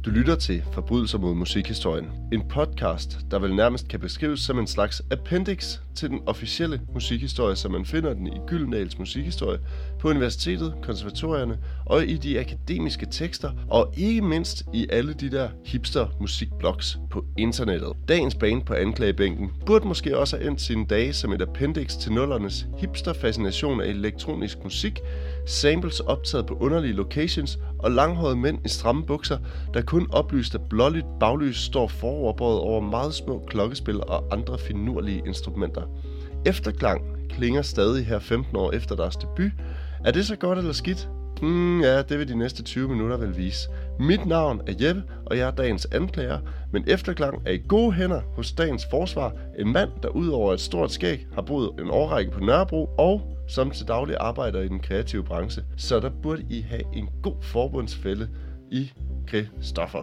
Du lytter til Forbrydelser mod musikhistorien. En podcast, der vel nærmest kan beskrives som en slags appendix til den officielle musikhistorie, som man finder den i Gyldendals musikhistorie, på universitetet, konservatorierne og i de akademiske tekster, og ikke mindst i alle de der hipster musikblogs på internettet. Dagens band på anklagebænken burde måske også have endt sine dage som et appendix til nullernes hipster-fascination af elektronisk musik, samples optaget på underlige locations og langhårede mænd i stramme bukser, der kun oplyst af blåligt baglys står foroverbøjet over meget små klokkespil og andre finurlige instrumenter. Efterklang klinger stadig her 15 år efter deres debut. Er det så godt eller skidt? Ja, det vil de næste 20 minutter vel vise. Mit navn er Jeppe, og jeg er dagens anklager, men Efterklang er i gode hænder hos dagens forsvar. En mand, der udover et stort skæg har boet en årrække på Nørrebro og som til daglig arbejder i den kreative branche. Så der burde I have en god forbundsfælle i Christoffer.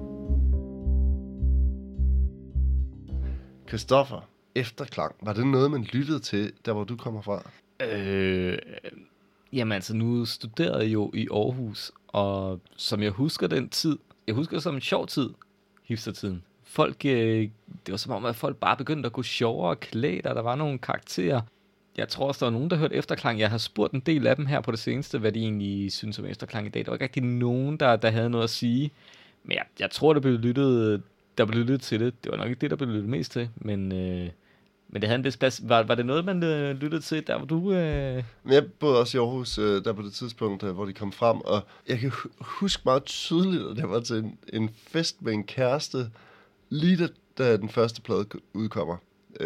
Christoffer, Efterklang, var det noget, man lyttede til, der hvor du kommer fra? Jamen altså, nu studerede jeg jo i Aarhus, og som jeg husker den tid, jeg husker det som en sjov tid, hipstertiden. Folk, det var som om, at folk bare begyndte at gå sjovere og klæde, der var nogle karakterer. Jeg tror også, der var nogen, der hørte Efterklang. Jeg har spurgt en del af dem her på det seneste, hvad de egentlig synes om Efterklang i dag. Der var ikke rigtig nogen, der havde noget at sige. Men jeg tror, der blev lyttet til det. Det var nok ikke det, der blev lyttet mest til, men det havde en vis plads. Var det noget, man lyttede til, der hvor du... Jeg boede også i Aarhus, der på det tidspunkt, hvor de kom frem, og jeg kan huske meget tydeligt, at jeg var til en fest med en kæreste, lige da den første plade udkommer.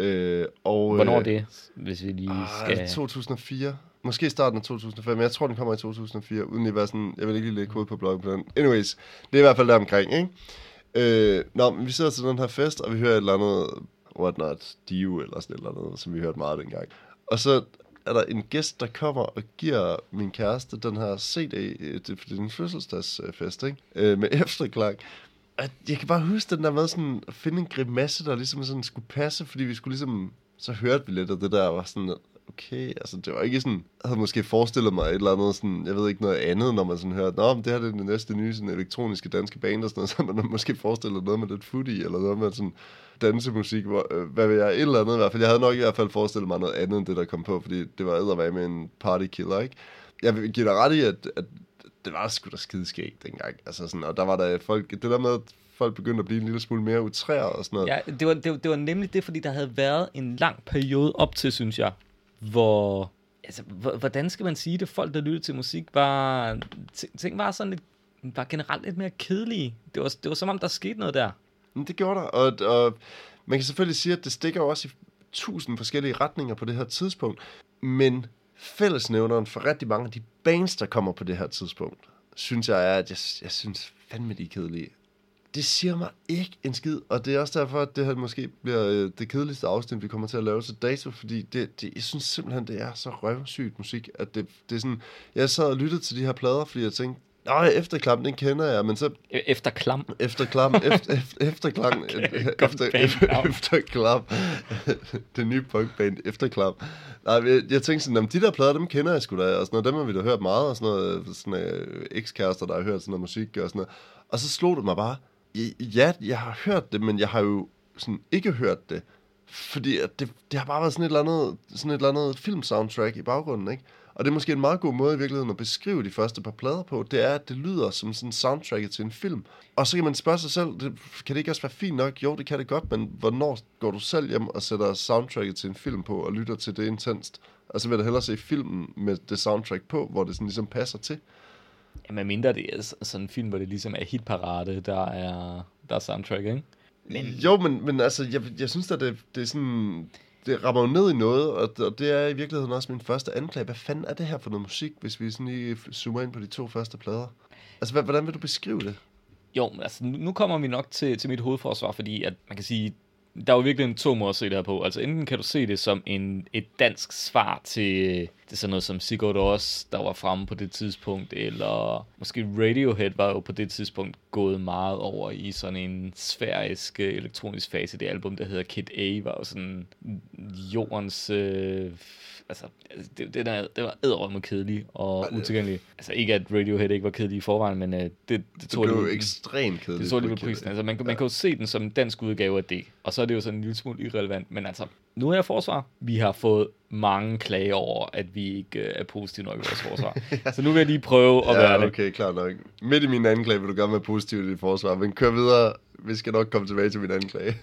Hvornår er det, hvis vi lige skal... Er det 2004? Måske starten af 2005, men jeg tror, den kommer i 2004, uden at være sådan... Jeg vil ikke lige lægge hovedet på bloggen på den. Anyways, det er i hvert fald der omkring, ikke? Men vi sidder til den her fest, og vi hører et eller andet... Whatnot, Dio eller sådan et eller andet, som vi hørte meget dengang. Og så er der en gæst, der kommer og giver min kæreste den her CD, det er en fødselsdagsfest, ikke? Med Efterklang. Og jeg kan bare huske den der med sådan at finde en grimasse, der ligesom sådan skulle passe, fordi vi skulle ligesom, så hørte vi lidt, og det der var sådan, okay, altså det var ikke sådan, jeg havde måske forestillet mig et eller andet sådan, jeg ved ikke noget andet, når man sådan hørte, nå, men det her er det næste nye sådan elektroniske danske band og sådan noget, så man måske forestillet noget med lidt foot i, eller noget med sådan dansemusik, hvad vil jeg, et eller andet i hvert fald. Jeg havde nok i hvert fald forestillet mig noget andet end det, der kom på, fordi det var eddermame med en partykiller, ikke? Jeg vil give dig ret i, at det var sgu da skideskægt dengang, altså sådan, og der var der folk, det der med, at folk begyndte at blive en lille smule mere utræret og sådan noget. Ja, det var nemlig det, fordi der havde været en lang periode op til, synes jeg, hvor, altså, hvordan skal man sige det, folk, der lyttede til musik, var, ting var sådan lidt, var generelt lidt mere kedelige. Det var som om, der skete noget der. Det gjorde der, og man kan selvfølgelig sige, at det stikker også i 1000 forskellige retninger på det her tidspunkt, men fællesnævneren for rigtig mange af de bands, der kommer på det her tidspunkt, synes jeg er, at jeg synes fandme, de er kedelige. Det siger mig ikke en skid, og det er også derfor, at det her måske bliver det kedeligste afsnit, vi kommer til at lave til dato, fordi jeg synes simpelthen, det er så røvsygt musik, at det er sådan, jeg sad og lyttede til de her plader, fordi jeg tænkte, Efterklam, den kender jeg, men så... Efterklang. Efterklang. Det nye punkband, Efterklam. Nej, jeg tænkte sådan, de der plader, dem kender jeg sgu da, og sådan noget, dem har vi da hørt meget, og sådan noget ekskærester, der har hørt sådan noget musik, og sådan noget. Og så slog det mig bare, ja, jeg har hørt det, men jeg har jo sådan ikke hørt det, fordi at det har bare været sådan et eller andet filmsoundtrack i baggrunden, ikke? Og det er måske en meget god måde i virkeligheden at beskrive de første par plader på, det er, at det lyder som sådan soundtracket til en film. Og så kan man spørge sig selv, kan det ikke også være fint nok? Jo, det kan det godt, men hvornår går du selv hjem og sætter soundtracket til en film på og lytter til det intenst? Og så vil jeg hellere se filmen med det soundtrack på, hvor det sådan ligesom passer til. Ja, med mindre det er sådan en film, hvor det ligesom er hitparade, der er soundtrack, ikke? Jo, men altså, jeg synes, at det er sådan... Det rammer jo ned i noget, og det er i virkeligheden også min første anklage. Hvad fanden er det her for noget musik, hvis vi sådan lige zoomer ind på de 2 første plader? Altså, hvordan vil du beskrive det? Jo, altså, nu kommer vi nok til mit hovedforsvar, fordi at man kan sige, der er jo virkelig 2 måder at se det her på. Altså, enten kan du se det som et dansk svar til sådan noget som Sigurd Os, der var fremme på det tidspunkt, eller måske Radiohead var jo på det tidspunkt gået meget over i sådan en sfærisk elektronisk fase. Det album, der hedder Kid A, var jo sådan jordens altså det var edderrømme kedeligt og utilgængeligt. Altså ikke, at Radiohead ikke var kedelig i forvejen, men det tog blev ekstremt kedeligt. Det så lige på prisen. Altså man kan jo se den som en dansk udgave af det, og så er det jo sådan en lille smule irrelevant, men altså, nu er jeg forsvar. Vi har fået mange klager over, at vi ikke er positive nok i vores forsvar. Så nu vil jeg lige prøve at være det. Okay, klart nok. Midt i min anklage vil du gerne være positiv i dit forsvar, men kør videre. Vi skal nok komme tilbage til min anklage.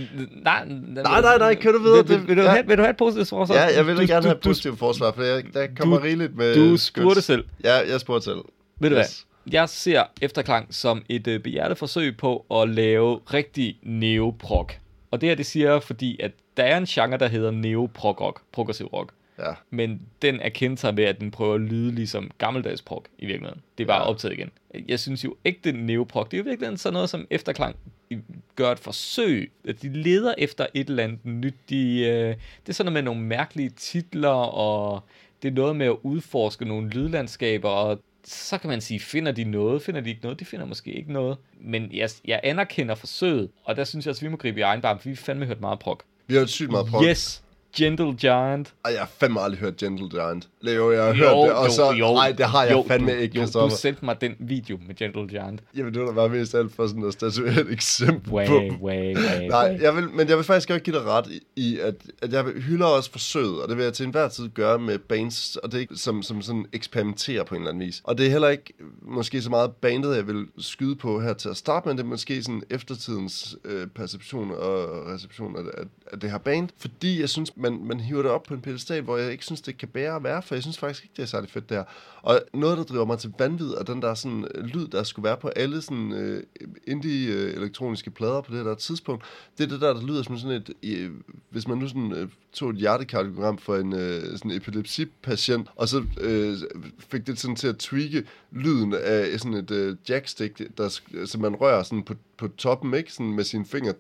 Nej, kør du videre. Vil du have et positivt forsvar? Ja, jeg vil gerne have et positivt forsvar, for der kommer rigeligt med... Du spurgte selv. Ja, jeg spurgte selv. Ved du hvad? Jeg ser Efterklang som et behjertet forsøg på at lave rigtig neoprog. Og det her, det siger jeg, fordi at der er en genre, der hedder neoprog-rock, progressiv rock. Ja. Men den erkendte sig ved, at den prøver at lyde ligesom gammeldags prog i virkeligheden. Det er bare optaget igen. Jeg synes jo ikke, det er neoprog. Det er jo virkelig sådan noget, som Efterklang gør et forsøg. At de leder efter et eller andet nyt. Det er sådan noget med nogle mærkelige titler, og det er noget med at udforske nogle lydlandskaber, og så kan man sige, finder de noget? Finder de ikke noget? De finder måske ikke noget. Men jeg anerkender forsøget, og der synes jeg, at vi må gribe i egen barm, for vi fandme hørt meget prog. Vi har hørt sygt meget prog. Yes! Gentle Giant. Ej, jeg har fandme aldrig hørt Gentle Giant. Jo, jeg har hørt det, og så... Nej, det har jeg fandme ikke, Christoffer. Du sendte mig den video med Gentle Giant. Jamen, det var da bare mest alt for sådan at statuere et eksempel på. Nej, jeg vil faktisk godt give dig ret i, at jeg hylder også forsøget, og det vil jeg til enhver tid gøre med bands, og det er ikke som sådan eksperimenterer på en eller anden vis. Og det er heller ikke måske så meget bandet, jeg vil skyde på her til at starte med, det er måske sådan eftertidens perception og reception af det her band, fordi jeg synes, man hiver det op på en pedestal, hvor jeg ikke synes, det kan bære at være, for jeg synes faktisk ikke, det er særlig fedt det her. Og noget, der driver mig til vanvid, er den der sådan lyd, der skulle være på alle sådan indie-elektroniske plader på det der tidspunkt. Det er det der lyder som sådan et, hvis man nu sådan tog et hjertekardiogram for en sådan epilepsipatient, og så fik det sådan til at tweake lyden af sådan et jackstick, som man rører sådan på toppen, ikke? Sådan med sine fingre.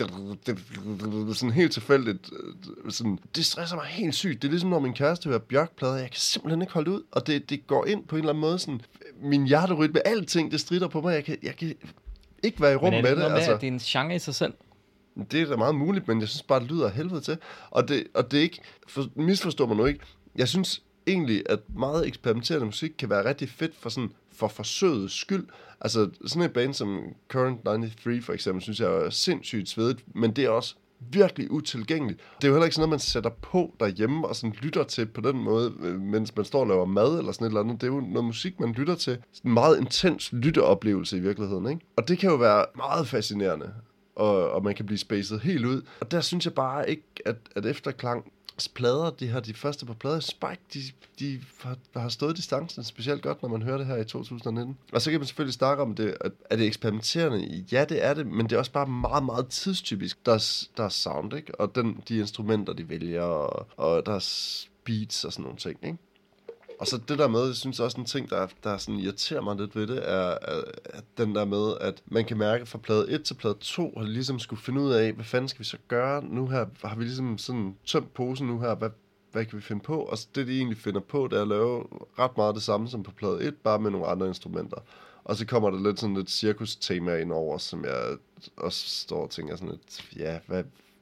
Sådan helt tilfældigt. Sådan, det stresser mig helt sygt. Det er ligesom, når min kæreste hører Bjørk-plader. Jeg kan simpelthen ikke holde ud. Og det går ind på en eller anden måde. Sådan, min hjerterytme, alting, det strider på mig. Jeg kan ikke være i rum med det. Altså, det er en genre i sig selv. Det er da meget muligt, men jeg synes bare, det lyder helvede til. Og det er ikke... misforstår mig nu ikke. Jeg synes egentlig, at meget eksperimenterende musik kan være rigtig fedt for forsøgets skyld. Altså, sådan et band som Current 93 for eksempel, synes jeg er sindssygt svedigt, men det er også virkelig utilgængeligt. Det er jo heller ikke sådan noget, man sætter på derhjemme og sådan lytter til på den måde, mens man står og laver mad eller sådan et eller andet. Det er jo noget musik, man lytter til. Sådan en meget intens lytteoplevelse i virkeligheden, ikke? Og det kan jo være meget fascinerende, og man kan blive spacet helt ud. Og der synes jeg bare ikke, at Efterklang plader, de første par plader, Spike, de har stået distancen specielt godt, når man hører det her i 2019. Og så kan man selvfølgelig snakke om det, at er det eksperimenterende? Ja, det er det, men det er også bare meget, meget tidstypisk. Der er sound, ikke? Og de instrumenter, de vælger, og der er beats og sådan nogle ting, ikke? Og så det der med, jeg synes også en ting, der sådan irriterer mig lidt ved det, er den der med, at man kan mærke fra plade 1 til plade 2, har de ligesom skulle finde ud af, hvad fanden skal vi så gøre? Nu her har vi ligesom sådan tømt posen nu her, hvad kan vi finde på? Og det de egentlig finder på, det er at lave ret meget det samme som på plade 1, bare med nogle andre instrumenter. Og så kommer der lidt sådan lidt cirkus-tema ind over, som jeg også står og tænker sådan lidt, ja, hvad...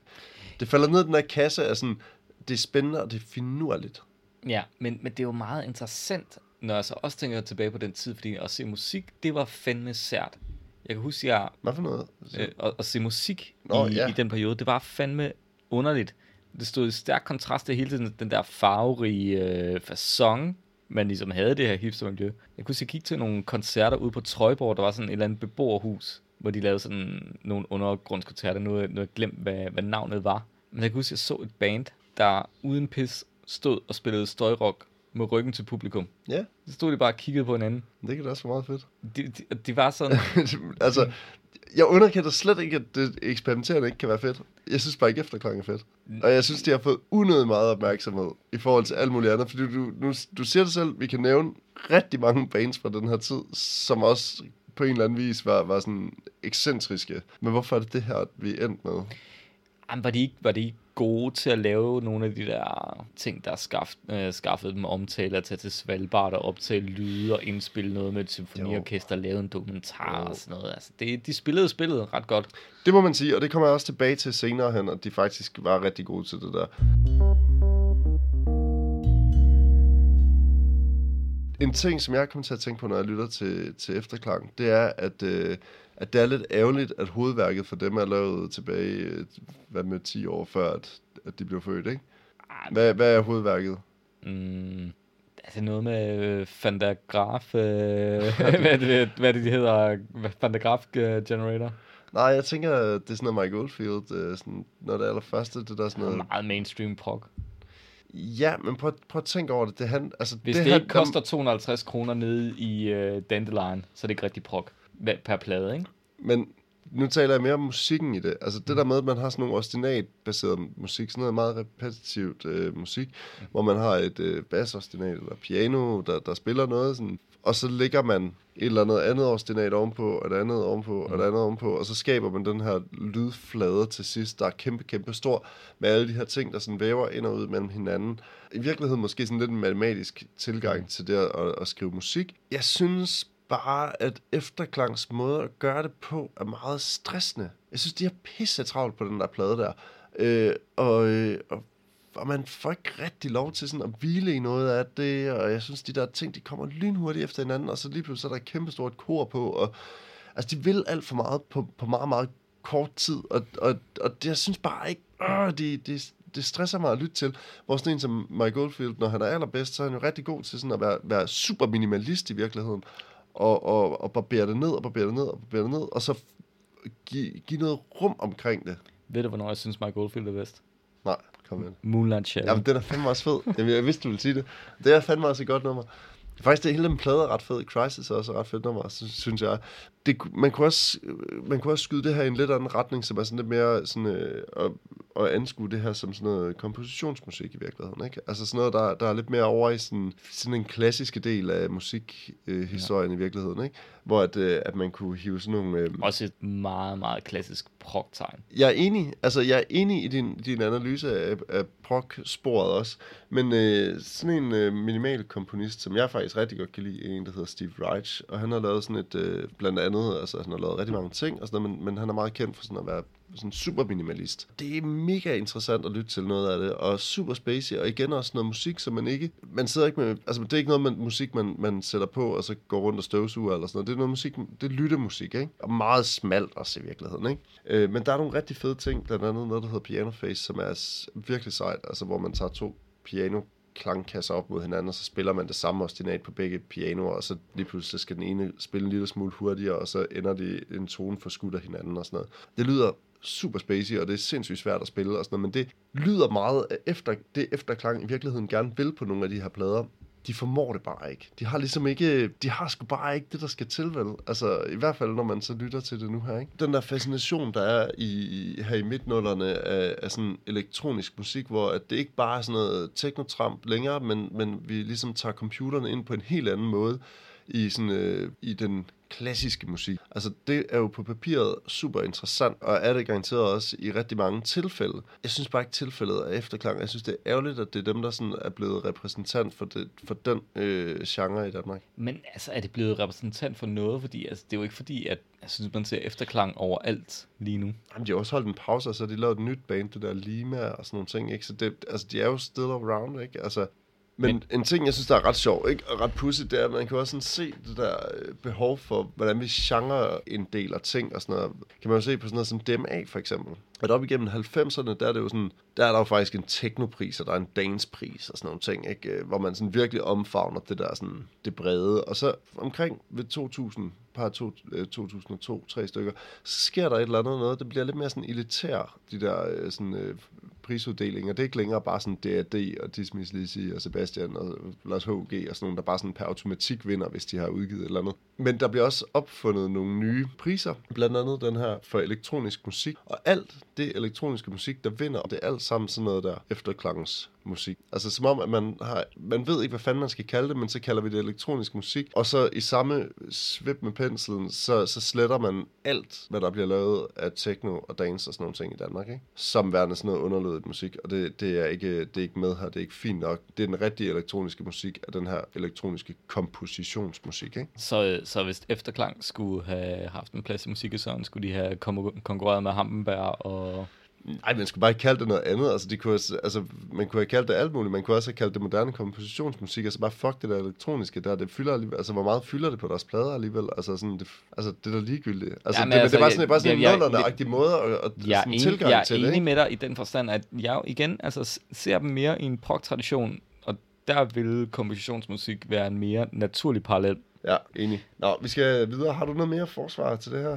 Det falder ned i den der kasse af sådan, det er spændende og det er finurligt. Ja, men det er jo meget interessant, når jeg så også tænker tilbage på den tid, fordi at se musik, det var fandme sært. Jeg kan huske, hvad for noget? At se musik i den periode, det var fandme underligt. Det stod i stærk kontrast til hele tiden, den der farverige facon, man ligesom havde det her hipstermiljø. Jeg kunne huske, jeg gik til nogle koncerter ude på Trøjborg, der var sådan et eller andet beboerhus, hvor de lavede sådan nogle undergrundskoncerter. Nu har jeg glemt, hvad navnet var. Men jeg kan huske, jeg så et band, der uden pis stod og spillede støjrock med ryggen til publikum. Ja. Så stod de bare og kiggede på hinanden. Det kan da også være meget fedt. Det var sådan... altså, jeg underkender slet ikke, at det eksperimenterende ikke kan være fedt. Jeg synes bare ikke, Efterklang er fedt. Og jeg synes, de har fået unødigt meget opmærksomhed i forhold til alt muligt andet. Fordi du siger det selv, vi kan nævne rigtig mange bands fra den her tid, som også på en eller anden vis var sådan ekscentriske. Men hvorfor er det her, vi er endt med? Jamen, var de ikke gode til at lave nogle af de der ting, der skaffede dem omtale, at tage til Svalbard og optage lyde og indspille noget med et symfoniorkester, lave en dokumentar og sådan noget. Altså, de spillede spillet ret godt. Det må man sige, og det kommer jeg også tilbage til senere hen, at de faktisk var rigtig gode til det der. En ting, som jeg kommer til at tænke på, når jeg lytter til Efterklang, det er, at det er lidt ærgerligt, at hovedværket for dem er lavet tilbage, 10 år før, at de blev født, ikke? Hvad er hovedværket? Altså noget med Van der Graaf, hvad det hedder, Van der Graaf Generator. Nej, jeg tænker, det er sådan noget Mike Oldfield, sådan noget af det allerførste, det der sådan noget... Meget mainstream prog. Ja, men prøv at tænke over det. Altså, hvis det ikke koster 250 kroner nede i Dandelion, så er det ikke rigtig prog per plade, ikke? Men nu taler jeg mere om musikken i det. Altså det der med, at man har sådan nogle ostinat-baseret musik, sådan noget meget repetitivt musik, hvor man har et bassostinat eller piano, der spiller noget, sådan, og så lægger man et eller andet ostinat ovenpå, og et andet ovenpå, og et andet ovenpå, og så skaber man den her lydflade til sidst, der er kæmpe, kæmpe stor, med alle de her ting, der sådan væver ind og ud mellem hinanden. I virkeligheden måske sådan lidt en matematisk tilgang til det at skrive musik. Jeg synes bare, at Efterklangs måde at gøre det på er meget stressende. Jeg synes, de har pisse travlt på den der plade der. Og man får ikke rigtig lov til sådan at hvile i noget af det, og jeg synes, de der ting, de kommer lynhurtigt efter hinanden, og så lige pludselig så er der et kæmpe stort kor på, og altså, de vil alt for meget på meget, meget kort tid, og det, jeg synes bare ikke, det stresser mig at lytte til. Hvor sådan en som Mike Oldfield, når han er allerbedst, så er han jo rigtig god til sådan at være super minimalist i virkeligheden, og barbere det ned, og så give noget rum omkring det. Ved du, hvornår jeg synes, Mike Oldfield er bedst? Nej, kom med. Moonlight Shadow. Jamen, den er fandme også fed. Jamen, jeg vidste, du ville sige det. Det er fandme også et godt nummer. Faktisk, det hele den plade er ret fed. Crisis er også et ret fedt nummer, synes jeg. Man kunne også skyde det her i en lidt anden retning, som er sådan lidt mere sådan, at anskue det her som sådan noget kompositionsmusik i virkeligheden, ikke? Altså sådan noget, der er lidt mere over i sådan en klassiske del af musikhistorien i virkeligheden, ikke? Hvor at man kunne hive sådan nogle... Også et meget, meget klassisk prog-tegn. Jeg er enig i din analyse af prog-sporet også, men sådan en minimal komponist, som jeg faktisk rigtig godt kan lide, en der hedder Steve Reich, og han har lavet sådan et, blandt andet, altså han har lavet rigtig mange ting, og sådan noget, men han er meget kendt for sådan at være sådan super minimalist. Det er mega interessant at lytte til noget af det, og super spacey, og igen også noget musik, som man sidder ikke med, altså det er ikke noget med musik, man sætter på, og så går rundt og støvsuger eller sådan noget. Det er noget musik, det er lyttemusik, ikke? Og meget smalt også i virkeligheden, ikke? Men der er nogle rigtig fede ting, blandt andet noget, der hedder Piano Face, som er virkelig sejt, altså hvor man tager 2 klangkasser op mod hinanden, og så spiller man det samme ostinat på begge pianoer, og så lige pludselig skal den ene spille en lille smule hurtigere, og så ender det en tone forskudt af hinanden og sådan noget. Det lyder super spacey, og det er sindssygt svært at spille og sådan noget, men det lyder meget efter det Efterklang i virkeligheden gerne vil på nogle af de her plader. De formår det bare ikke. De har sgu bare ikke det, der skal til, vel? Altså, i hvert fald, når man så lytter til det nu her, ikke? Den der fascination, der er her i midtnullerne af sådan elektronisk musik, hvor at det ikke bare er sådan noget teknotramp længere, men vi ligesom tager computerne ind på en helt anden måde i den klassiske musik. Altså, det er jo på papiret super interessant, og er det garanteret også i rigtig mange tilfælde. Jeg synes bare ikke tilfældet af Efterklang. Jeg synes, det er ærgerligt, at det er dem, der sådan er blevet repræsentant for den genre i Danmark. Men altså, er det blevet repræsentant for noget? Fordi altså, det er jo ikke fordi, at jeg synes, man ser Efterklang overalt lige nu. Jamen, de har også holdt en pause, og så har de lavet et nyt band, det der Lima og sådan nogle ting, ikke? Så det, altså, de er jo still around, ikke? Altså, men en ting, jeg synes, der er ret sjov, ikke? Og ret pudsigt, det er, at man kan også sådan se det der behov for, hvordan vi genre-inddeler ting og sådan noget. Kan man jo se på sådan noget som DMA, for eksempel. At op igennem 90'erne, der er det jo sådan, der er der jo faktisk en technopris, og der er en dancepris og sådan nogle ting, ikke? Hvor man sådan virkelig omfavner det der sådan, det brede. Og så omkring ved 2002-3 stykker, så sker der et eller andet noget. Det bliver lidt mere sådan elitær, de der sådan prisuddelinger. Det er ikke længere bare sådan D&D og Dismiss Lizzy og Sebastian og Lars H.G. og sådan nogle, der bare sådan per automatik vinder, hvis de har udgivet et eller andet. Men der bliver også opfundet nogle nye priser, blandt andet den her for elektronisk musik, og alt det elektroniske musik, der vinder, og det er alt sammen sådan noget der Efterklangs musik. Altså som om, at man ved ikke, hvad fanden man skal kalde det, men så kalder vi det elektronisk musik, og så i samme svip med penslen, så sletter man alt, hvad der bliver lavet af techno og dance og sådan nogle ting i Danmark, ikke? Som værende sådan noget underlødigt musik, og det er ikke med her, det er ikke fint nok. Det er den rigtige elektroniske musik af den her elektroniske kompositionsmusik, ikke? Så hvis Efterklang skulle have haft en plads i musikhistorien, skulle de have konkurreret med Hampenberg og Nej, man skulle bare ikke kalde det noget andet. Man kunne have kaldt det alt muligt. Man kunne også have kaldt det moderne kompositionsmusik. Altså bare fuck det der elektroniske der. Det fylder alligevel. Altså, hvor meget fylder det på deres plader alligevel? Altså, sådan, det er da ligegyldigt. Altså, Jamen, det er bare sådan en nullerne-agtig måde at sådan tilgang til det. Jeg er enig med dig i den forstand, at jeg igen ser dem mere i en prog-tradition, og der vil kompositionsmusik være en mere naturlig parallel. Ja, enig. Nå, vi skal videre. Har du noget mere forsvar til det her?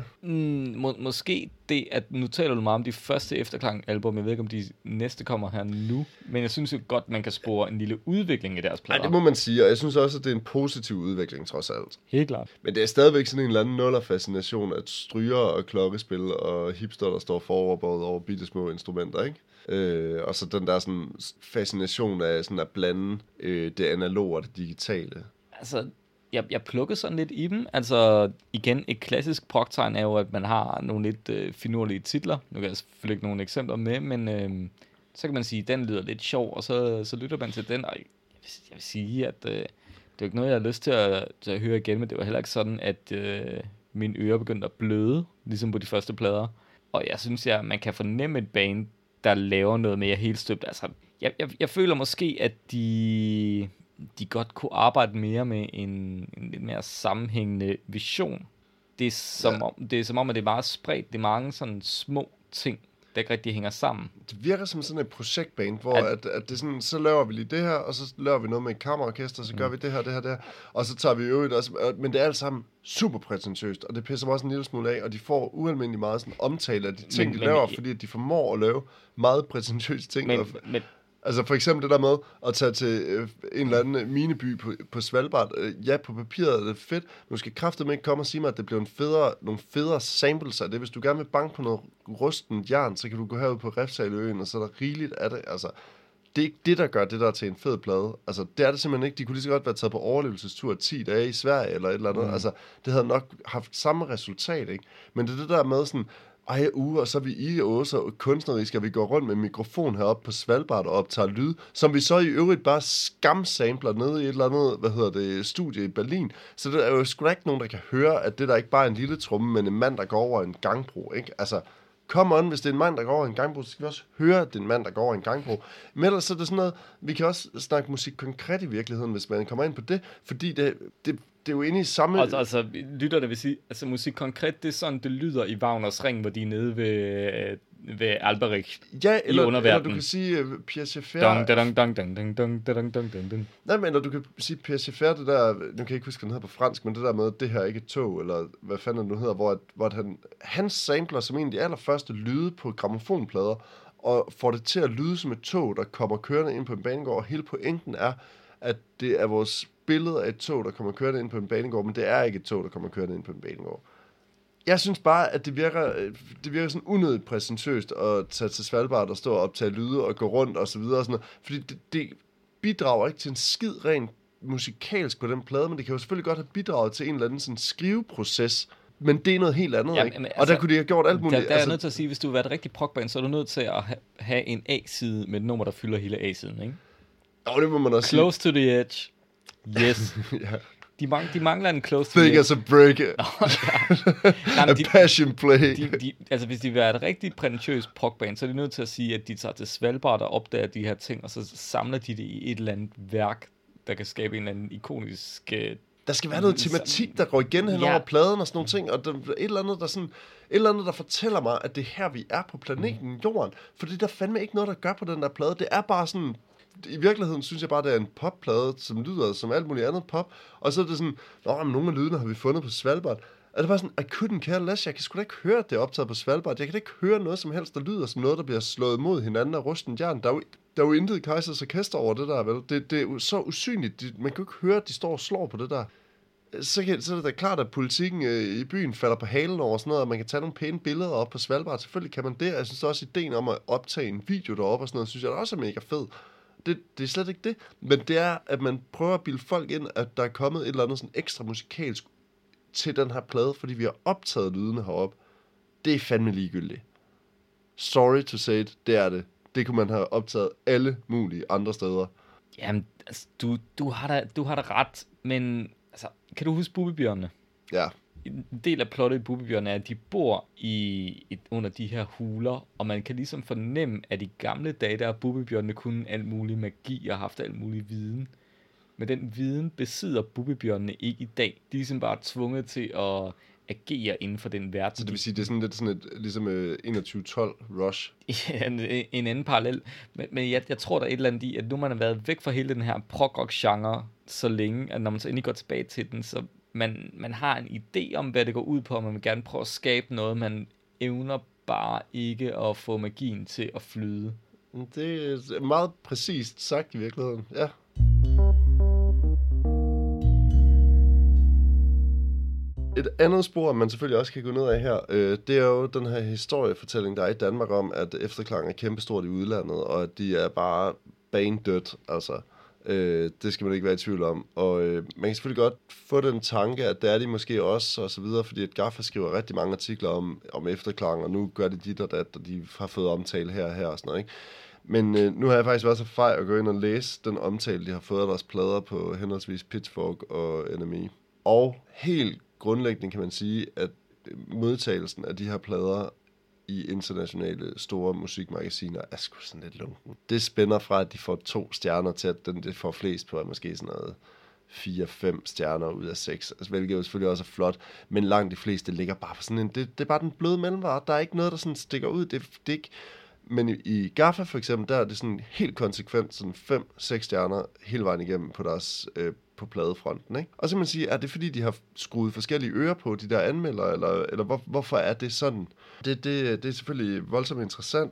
Måske det, at nu taler du meget om de første Efterklang-album. Jeg ved ikke, om de næste kommer her nu. Men jeg synes jo godt, man kan spore en lille udvikling i deres plader. Nej, det må man sige. Og jeg synes også, at det er en positiv udvikling, trods alt. Helt klart. Men det er stadigvæk sådan en eller anden nuller-fascination, at stryger og klokkespil og hipster, der står foroverbøjet over bittesmå instrumenter, ikke? Og så den der sådan fascination af sådan at blande det analoge og det digitale. Altså, jeg plukkede sådan lidt i dem. Altså, igen, et klassisk progtegn er jo, at man har nogle lidt finurlige titler. Nu kan jeg selvfølgelig ikke nogle eksempler med, men så kan man sige, at den lyder lidt sjov, og så lytter man til den, og jeg vil sige, at det er ikke noget, jeg har lyst til at høre igen, men det var heller ikke sådan, at mine ører begyndte at bløde, ligesom på de første plader. Og jeg synes, man kan fornemme et band, der laver noget mere helt støbt. Altså, jeg føler måske, at de godt kunne arbejde mere med en lidt mere sammenhængende vision. Det er som om, at det er meget spredt. Det er mange sådan små ting, der ikke rigtig hænger sammen. Det virker som sådan et projektband, hvor at det er sådan, så laver vi lige det her, og så laver vi noget med et kammerorkester, så gør vi det her, og så tager vi øvrigt også, men det er alt sammen super prætentiøst, og det pisser mig også en lille smule af, og de får ualmindelig meget sådan omtale af de ting, de laver, fordi de formår at lave meget prætentiøse ting. Altså for eksempel det der med at tage til en eller anden mineby på Svalbard. Ja, på papiret er det fedt, men du skal kraftedeme ikke komme og sige mig, at det bliver nogle federe samples af det. Hvis du gerne vil banke på noget rusten jern, så kan du gå herud på Refshaleøen, og så er der rigeligt af det. Altså, det er ikke det, der gør det der til en fed plade. Altså, det er det simpelthen ikke. De kunne lige så godt være taget på overlevelsestur 10 dage i Sverige, eller et eller andet. Altså, det havde nok haft samme resultat, ikke? Men det er det der med sådan, og så er vi i Åse og kunstnerisk, at vi går rundt med mikrofon heroppe på Svalbard og optager lyd, som vi så i øvrigt bare skamsampler nede i et eller andet, studie i Berlin. Så der er jo sgu da ikke nogen, der kan høre, at det der ikke bare er en lille tromme, men en mand, der går over en gangbro, ikke? Altså, come on, hvis det er en mand, der går over en gangbro, så skal vi også høre, at det er en mand, der går over en gangbro. Men ellers så er det sådan noget, vi kan også snakke musik konkret i virkeligheden, hvis man kommer ind på det, fordi det er jo inde i samme... Altså lytterne vil sige, altså musik konkret, det er sådan, det lyder i Wagners Ring, hvor de er nede ved Alberich i underverdenen. Eller du kan sige Pierre Schaeffer... Nej, men eller du kan sige Pierre Schaeffer, det der... Nu kan jeg ikke huske, hvad den hedder på fransk, men det der med, det her er ikke et tog, eller hvad fanden det nu hedder, hvor han sampler som en af de allerførste lyde på grammofonplader, og får det til at lyde som et tog, der kommer kørende ind på en banegård, og hele pointen er, at det er vores billede af et tog, der kommer kørende ind på en banegård, men det er ikke et tog, der kommer kørende ind på en banegård. Jeg synes bare, at det virker sådan unødigt præsentøst at tage til Svalbard og stå og optage lyde og gå rundt og så videre og sådan noget, fordi det bidrager ikke til en skid rent musikalsk på den plade, men det kan jo selvfølgelig godt have bidraget til en eller anden sådan skriveproces, men det er noget helt andet, ikke? Altså, og der kunne de have gjort alt muligt. Der er jeg nødt til at sige, hvis du vil være et rigtig progtband, så er du nødt til at have en A-side med et nummer, der fylder hele A-siden, ikke? Jo, det må man også Close to the edge. Yes. Ja. De mangler en close to the edge. Big as a break. A passion play. Altså, hvis de vil være et rigtig prætentiøst progtband, så er de nødt til at sige, at de tager til Svalbard og opdager de her ting, og så samler de det i et eller andet værk, der kan skabe en eller anden ikonisk... Der skal være noget tematik, der går igen hen over pladen og sådan nogle ting, og et eller andet, der fortæller mig, at det er her, vi er på planeten Jorden. For det er der fandme ikke noget, der gør på den der plade. Det er bare sådan... I virkeligheden synes jeg bare, det er en popplade, som lyder som alt muligt andet pop. Og så er det sådan, men nogle af lydene har vi fundet på Svalbard. Og det er bare sådan, I couldn't care less. Jeg kan sgu da ikke høre, at det er optaget på Svalbard. Jeg kan da ikke høre noget som helst, der lyder som noget, der bliver slået mod hinanden af rusten jern. Der er jo intet Kaisers Orkester over det der, vel? Det er jo så usynligt. Man kan jo ikke høre, at de står og slår på det der. Så er det da klart, at politikken i byen falder på halen over sådan noget, og man kan tage nogle pæne billeder op på Svalbard. Selvfølgelig kan man det. Jeg synes også, ideen om at optage en video deroppe og sådan noget, synes jeg også er mega fed. Det er slet ikke det. Men det er, at man prøver at bilde folk ind, at der er kommet et eller andet sådan ekstra musikalsk til den her plade, fordi vi har optaget lydene heroppe. Det er fandme ligegyldigt. Sorry to say it, det er det. Det kunne man have optaget alle mulige andre steder. Jamen, altså, du har da ret, men altså, kan du huske Bubbebjørnene? Ja. en del af plottet i Bubbebjørnene er, at de bor under de her huler, og man kan ligesom fornemme, at i gamle dage, der er Bubbebjørnene kun alt mulig magi og har haft alt mulig viden. Men den viden besidder Bubbebjørnene ikke i dag. De er ligesom bare tvunget til at agere inden for den verden. Så det vil sige, det er sådan lidt sådan et, ligesom 2112 Rush? Ja, en anden parallel. Men jeg tror, der er et eller andet i, at nu man har været væk fra hele den her prog-rock-genre så længe, at når man så endelig går tilbage til den, så man har en idé om, hvad det går ud på, og man vil gerne prøve at skabe noget, man evner bare ikke at få magien til at flyde. Det er meget præcist sagt i virkeligheden, ja. Et andet spor, man selvfølgelig også kan gå ned af her, det er jo den her historiefortælling, der er i Danmark om, at Efterklang er kæmpestort i udlandet, og at de er bare banedødt, altså. Det skal man ikke være i tvivl om. Og man kan selvfølgelig godt få den tanke, at det er de måske også, og så videre, fordi at Gaffa skriver rigtig mange artikler om Efterklang, og nu gør de dit og dat, og de har fået omtale her og her og sådan noget, ikke? Men nu har jeg faktisk været så fej at gå ind og læse den omtale, de har fået af deres plader på henholdsvis Pitchfork og NME. Og helt grundlæggende kan man sige, at modtagelsen af de her plader i internationale store musikmagasiner er sgu sådan lidt lunken. Det spænder fra, at de får 2 stjerner til, at den får flest på, at måske sådan noget 4-5 stjerner ud af 6, altså, hvilket jo selvfølgelig også er flot, men langt de fleste ligger bare på sådan en, det er bare den bløde mellemvare, der er ikke noget, der sådan stikker ud, det er ikke, men i Gaffa for eksempel, der er det sådan helt konsekvent, sådan 5-6 stjerner hele vejen igennem på deres på pladefronten, ikke? Og så kan man sige, er det fordi, de har skruet forskellige ører på, de der anmeldere, eller hvorfor er det sådan? Det er selvfølgelig voldsomt interessant.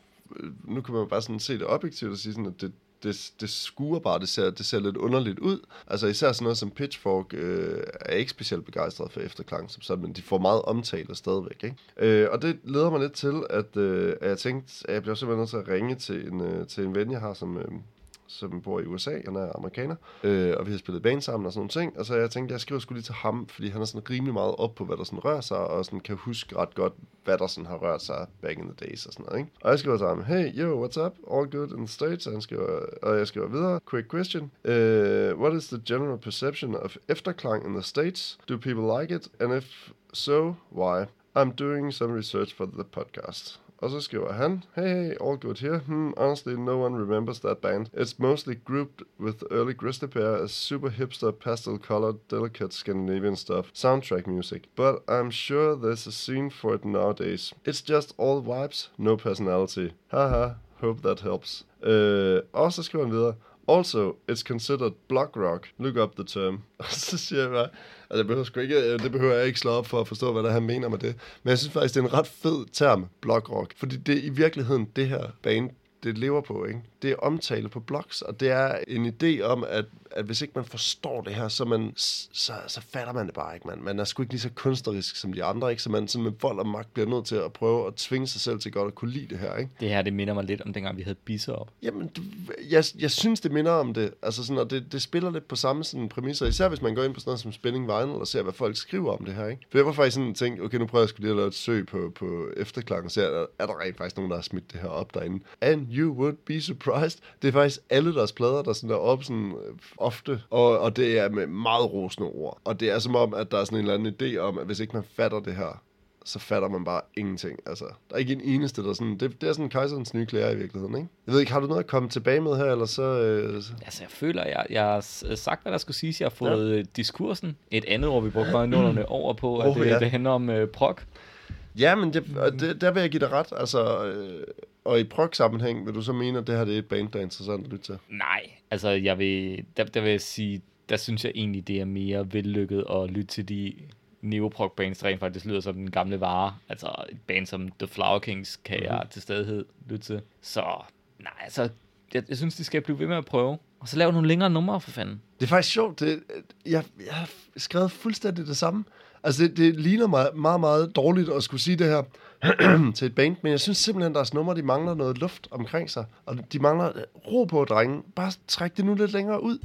Nu kan man bare sådan se det objektivt og sige sådan, at det skuer bare, det ser lidt underligt ud. Altså især sådan noget som Pitchfork er ikke specielt begejstret for Efterklang, som sådan, men de får meget omtale stadigvæk, ikke? Og det leder mig lidt til, at jeg tænkte, at jeg bliver simpelthen nødt til at ringe til en ven, jeg har, som bor i USA, han er amerikaner, og vi har spillet band sammen og sådan nogle ting, og så jeg tænkte, jeg skriver sgu lige til ham, fordi han er sådan rimelig meget op på, hvad der sådan rører sig, og sådan kan huske ret godt, hvad der sådan har rørt sig back in the days og sådan noget, ikke? Og jeg skriver til ham, hey, yo, what's up? All good in the States? Og jeg skriver videre, quick question, what is the general perception of Efterklang in the States? Do people like it? And if so, why? I'm doing some research for the podcast. Og så skriver han, hey, all good here. Honestly, no one remembers that band. It's mostly grouped with early Grizzly Bear as super hipster, pastel-colored, delicate Scandinavian stuff. Soundtrack music. But I'm sure there's a scene for it nowadays. It's just all vibes, no personality. Haha, hope that helps. Og så skriver han videre, also, it's considered block rock. Look up the term. Og så siger jeg bare, altså det behøver jeg ikke slå op for at forstå, hvad der han mener med det. Men jeg synes faktisk, det er en ret fed term, block rock. Fordi det er i virkeligheden det her band, det lever på, ikke? Det er omtale på blogs, og det er en idé om, at hvis ikke man forstår det her, så fatter man det bare ikke, man. Man er sgu ikke lige så kunstnerisk som de andre, ikke? Så man sådan med vold og magt bliver nødt til at prøve at tvinge sig selv til godt at kunne lide det her, ikke? Det her, det minder mig lidt om dengang, vi havde Bisser op. Jamen, jeg synes, det minder om det. Altså sådan, og det spiller lidt på samme sådan præmisser, især hvis man går ind på sådan noget som Spinning Vinyl og ser, hvad folk skriver om det her, ikke? For jeg var faktisk sådan tænkt, okay, nu prøver jeg sgu lige at lave et søg på Efterklang, og se, er der rent faktisk nogen, der har smidt det her op derinde. And you would be surprised. Det er faktisk alle deres plader, der sådan er op sådan ofte, og det er med meget rosende ord. Og det er som om, at der er sådan en eller anden idé om, at hvis ikke man fatter det her, så fatter man bare ingenting. Altså, der er ikke en eneste, der sådan... Det er sådan kejserens nye klæder i virkeligheden, ikke? Jeg ved ikke, har du noget at komme tilbage med her, eller så... Altså, jeg føler, jeg har sagt, hvad der skulle siges. Jeg har fået diskursen. Et andet ord, vi brugte bare nullerne over på, at det handler om prog. Ja, men der vil jeg give dig ret. Altså, og i prog-sammenhæng vil du så mene, at det her det er et band, der er interessant at lytte til? Nej, altså, der vil jeg sige, der synes jeg egentlig, det er mere vellykket at lytte til de neoprog-bands, der rent faktisk lyder som den gamle vare. Altså et band som The Flower Kings kan jeg til stadighed lytte til. Så nej, altså, jeg synes, de skal blive ved med at prøve. Og så lave nogle længere numre, for fanden. Det er faktisk sjovt. Jeg har skrevet fuldstændig det samme. Altså, det ligner mig meget, meget dårligt at skulle sige det her til et band, men jeg synes simpelthen, at deres numre, de mangler noget luft omkring sig. Og de mangler ro på, drenge. Bare træk det nu lidt længere ud.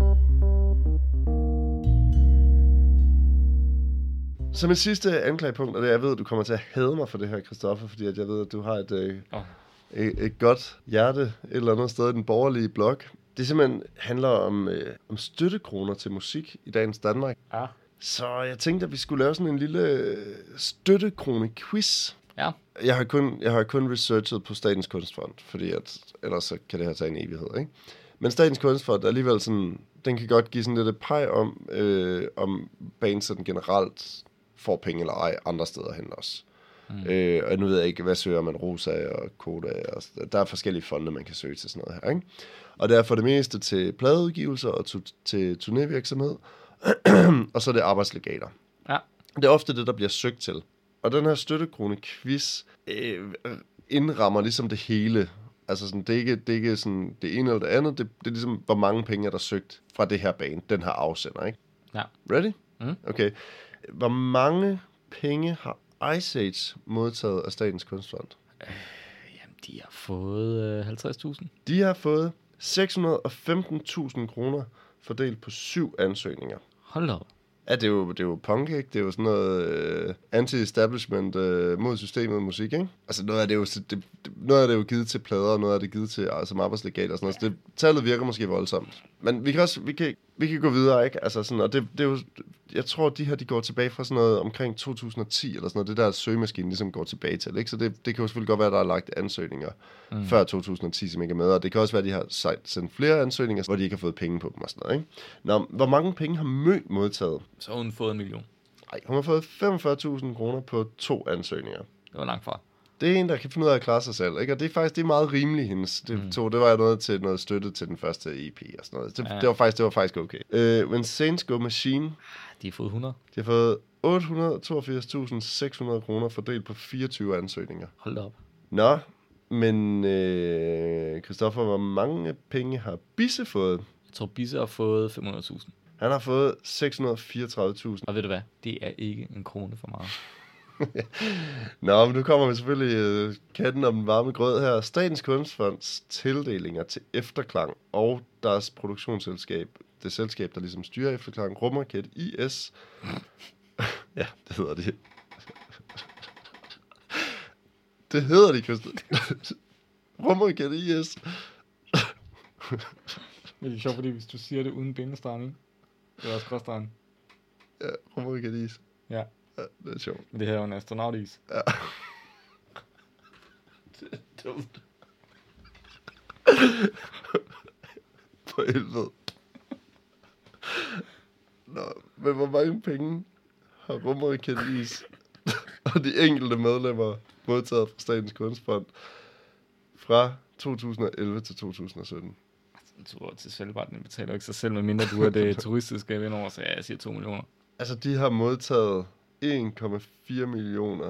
Som et sidste anklagepunkt, og det jeg ved, at du kommer til at hade mig for det her, Christoffer, fordi at jeg ved, at du har et godt hjerte et eller andet sted i den borgerlige blok. Det simpelthen handler om støttekroner til musik i dagens Danmark. Ja. Så jeg tænkte, at vi skulle lave sådan en lille støttekrone-quiz. Ja. Jeg har kun researchet på Statens Kunstfond, fordi ellers så kan det her tage en evighed, ikke? Men Statens Kunstfond er alligevel sådan, den kan godt give sådan lidt et peg om bands sådan generelt får penge eller ej andre steder hen også. Og nu ved jeg ikke, hvad søger man, Rosa og Koda, og der er forskellige fonde, man kan søge til sådan noget her, ikke? Og det er for det meste til pladeudgivelser og til turnévirksomhed, og så er det arbejdslegater. Ja. Det er ofte det, der bliver søgt til. Og den her støttekrone-quiz indrammer ligesom det hele. Altså sådan, det er ikke sådan det ene eller det andet. Det er ligesom, hvor mange penge er der søgt fra det her band, den her afsender, ikke? Ja. Ready? Mm. Okay. Hvor mange penge har Ice Age modtaget af Statens Kunstfond? Jamen, de har fået 50.000. De har fået 615.000 kroner fordelt på 7 ansøgninger. Hold da op. Ja, det er jo punk, ikke? Det er jo sådan noget anti-establishment mod systemet musik, ikke? Altså noget af det er jo givet til plader, og noget af det givet til som arbejdslegat og sådan noget. Så det, tallet virker måske voldsomt. Men vi kan gå videre, ikke? Altså sådan, og det er jo, jeg tror, de går tilbage fra sådan noget omkring 2010 eller sådan noget. Det der søgemaskinen ligesom går tilbage til, ikke? Så det kan jo selvfølgelig godt være, at der er lagt ansøgninger før 2010, som ikke er med. Og det kan også være, at de har sendt flere ansøgninger, hvor de ikke har fået penge på dem og sådan noget, ikke? Nå, hvor mange penge har Mø modtaget? Så har hun fået 1 million. Nej, hun har fået 45.000 kroner på 2 ansøgninger. Det var langt fra. Det er en, der kan finde ud af at klare sig selv, ikke? Og det er meget rimeligt, hendes. Det var noget til noget støtte til den første EP og sådan noget. Det var faktisk okay. Men Saints Go Machine, De har fået 100. de har fået 882.600 kroner fordelt på 24 ansøgninger. Hold da op. Nå, men Christoffer, hvor mange penge har Bisse fået? Jeg tror, Bisse har fået 500.000. Han har fået 634.000. Og ved du hvad? Det er ikke en krone for meget. Nå, men nu kommer vi selvfølgelig katten om den varme grød her. Statens Kunstfonds tildelinger til Efterklang og deres produktionsselskab, det selskab, der ligesom styrer Efterklang, Rumraket IS. Ja, det hedder det. Det hedder de, Christian. Rumraket IS. Det er sjovt, fordi hvis du siger det uden bindestregen, ikke? Det er også gråstregen. Ja, Rumraket IS. Ja. Ja, det er sjovt. Men det her er jo en astronautis. Ja. Det er dumt. For helvede. Nå, men hvor mange penge har Rumraket IS og de enkelte medlemmer modtaget fra Statens Kunstfond fra 2011 til 2017? En tur til Svalbard, den betaler ikke sig selv, medmindre du er det turistiske vind over, så jeg siger 2 millioner. Altså, de har modtaget 1,4 millioner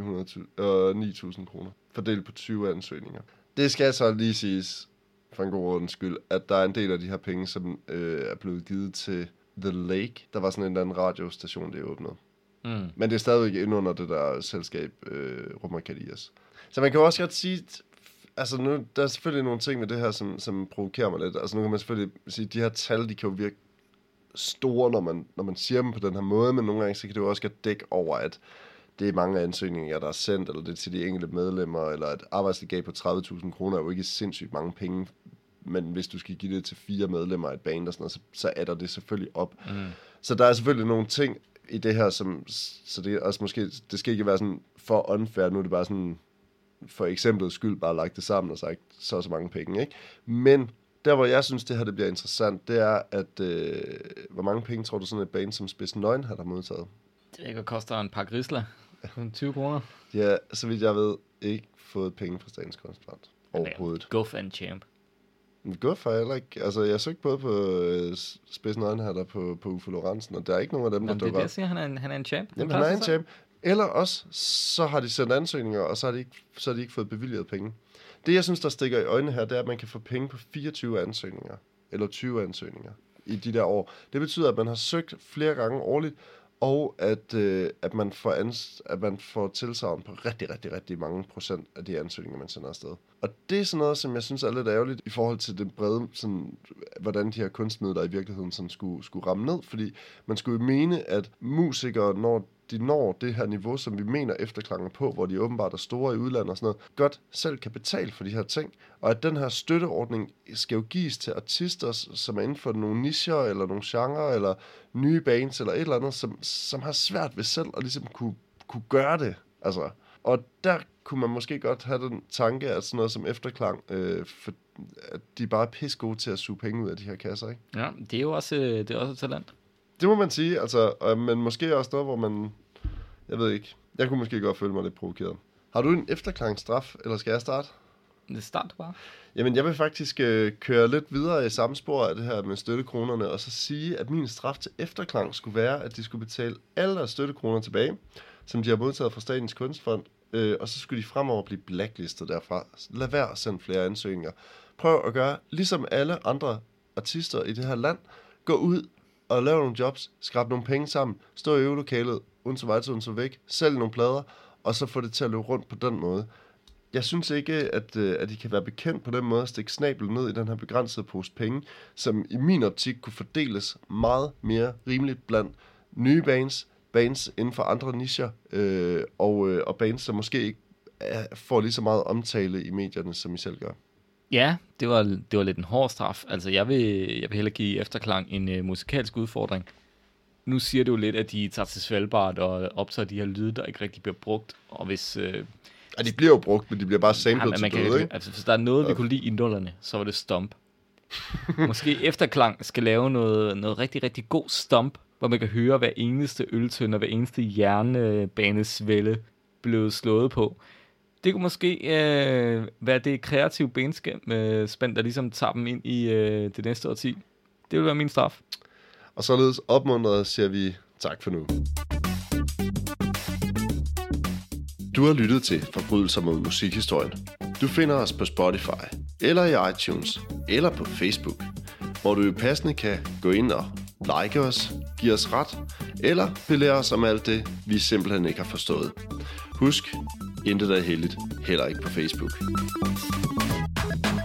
900.000 kroner, fordelt på 20 ansøgninger. Det skal så lige siges, for en god ordens skyld, at der er en del af de her penge, som er blevet givet til The Lake. Der var sådan en eller anden radiostation, det åbnede. Men det er stadigvæk inde under det der selskab, Rumraket IS. Så man kan jo også godt sige, altså nu, der er selvfølgelig nogle ting med det her, som provokerer mig lidt. Altså nu kan man selvfølgelig sige, at de her tal, de kan jo virke store, når man siger dem på den her måde, men nogle gange så kan det jo også godt dække over, at det er mange ansøgninger, der er sendt, eller det er til de enkelte medlemmer, eller et arbejdslegat på 30.000 kroner er jo ikke sindssygt mange penge, men hvis du skal give det til 4 medlemmer af et band og sådan noget, så adder det selvfølgelig op. Så der er selvfølgelig nogle ting i det her, så det er også måske, det skal ikke være sådan for unfair, nu er det bare sådan, for eksemplets skyld, bare lagt det sammen og sagt, så mange penge, ikke? Men der, hvor jeg synes, det her det bliver interessant, det er, at hvor mange penge tror du sådan et band som Spids Nøgen har der modtaget? Det ikke koster en pakke Riesler. 20 kroner. Ja, så vidt jeg ved, ikke fået penge fra Statens Kunstfond overhovedet. Guf and champ. Men Guf har jeg heller ikke. Altså, jeg søgte både på Spids Nøgen her der på Uffe Lorentzen, og der er ikke nogen af dem, der dukker op. Det er det, jeg siger, han er en champ. Jamen, han er en champ. Eller også, så har de sendt ansøgninger, og så har de ikke fået bevilget penge. Det, jeg synes, der stikker i øjnene her, det er, at man kan få penge på 24 ansøgninger, eller 20 ansøgninger i de der år. Det betyder, at man har søgt flere gange årligt, og at man får tilsagn på rigtig, rigtig, rigtig mange procent af de ansøgninger, man sender afsted. Og det er sådan noget, som jeg synes er lidt ærgerligt i forhold til den brede, sådan, hvordan de her kunstmidler i virkeligheden sådan skulle ramme ned. Fordi man skulle jo mene, at musikere, når de når det her niveau, som vi mener efterklanger på, hvor de åbenbart er store i udlandet og sådan noget, godt selv kan betale for de her ting. Og at den her støtteordning skal jo gives til artister, som er inden for nogle nicher, eller nogle genrer, eller nye bands, eller et eller andet, som har svært ved selv at ligesom kunne gøre det. Altså. Og der kunne man måske godt have den tanke, at sådan noget som efterklang, at de bare er pisse gode til at suge penge ud af de her kasser, ikke? Ja, det er jo også et talent. Det må man sige, altså, men måske også noget, hvor man, jeg ved ikke, jeg kunne måske godt føle mig lidt provokeret. Har du en efterklangstraf, eller skal jeg starte? Det starter bare. Jamen, jeg vil faktisk køre lidt videre i samme spor af det her med støttekronerne, og så sige, at min straf til efterklang skulle være, at de skulle betale alle deres støttekroner tilbage, som de har modtaget fra Statens Kunstfond, og så skulle de fremover blive blacklistet derfra. Lad være at sende flere ansøgninger. Prøv at gøre, ligesom alle andre artister i det her land, gå ud og lave nogle jobs, skrabe nogle penge sammen, stå i øvelokalet, und så weiter, und så væk, sælge nogle plader, og så få det til at løbe rundt på den måde. Jeg synes ikke, at I kan være bekendt på den måde at stikke snablet ned i den her begrænsede pose penge, som i min optik kunne fordeles meget mere rimeligt blandt nye bands inden for andre nicher, og bands, som måske ikke får lige så meget omtale i medierne, som I selv gør. Ja, det var lidt en hård straf. Altså, jeg vil hellere give efterklang en musikalsk udfordring. Nu siger det jo lidt, at de tager til Svalbard og optager de her lyde, der ikke rigtig bliver brugt. Og hvis... Ja, de bliver jo brugt, men de bliver bare samlet til døde, ikke? Altså, hvis der er noget, vi kunne lide i nullerne, så var det stomp. Måske efterklang skal lave noget rigtig, rigtig god stomp, hvor man kan høre hver eneste øltønd og hver eneste jernbanesvælde blevet slået på. Det kunne måske være det kreative benspænd, der ligesom tager dem ind i det næste årti. Det vil være min straf. Og således opmuntret siger vi tak for nu. Du har lyttet til Forbrydelser mod musikhistorien. Du finder os på Spotify, eller i iTunes, eller på Facebook, hvor du passende kan gå ind og like os, give os ret, eller belære os om alt det, vi simpelthen ikke har forstået. Husk, intet er heldigt, heller ikke på Facebook.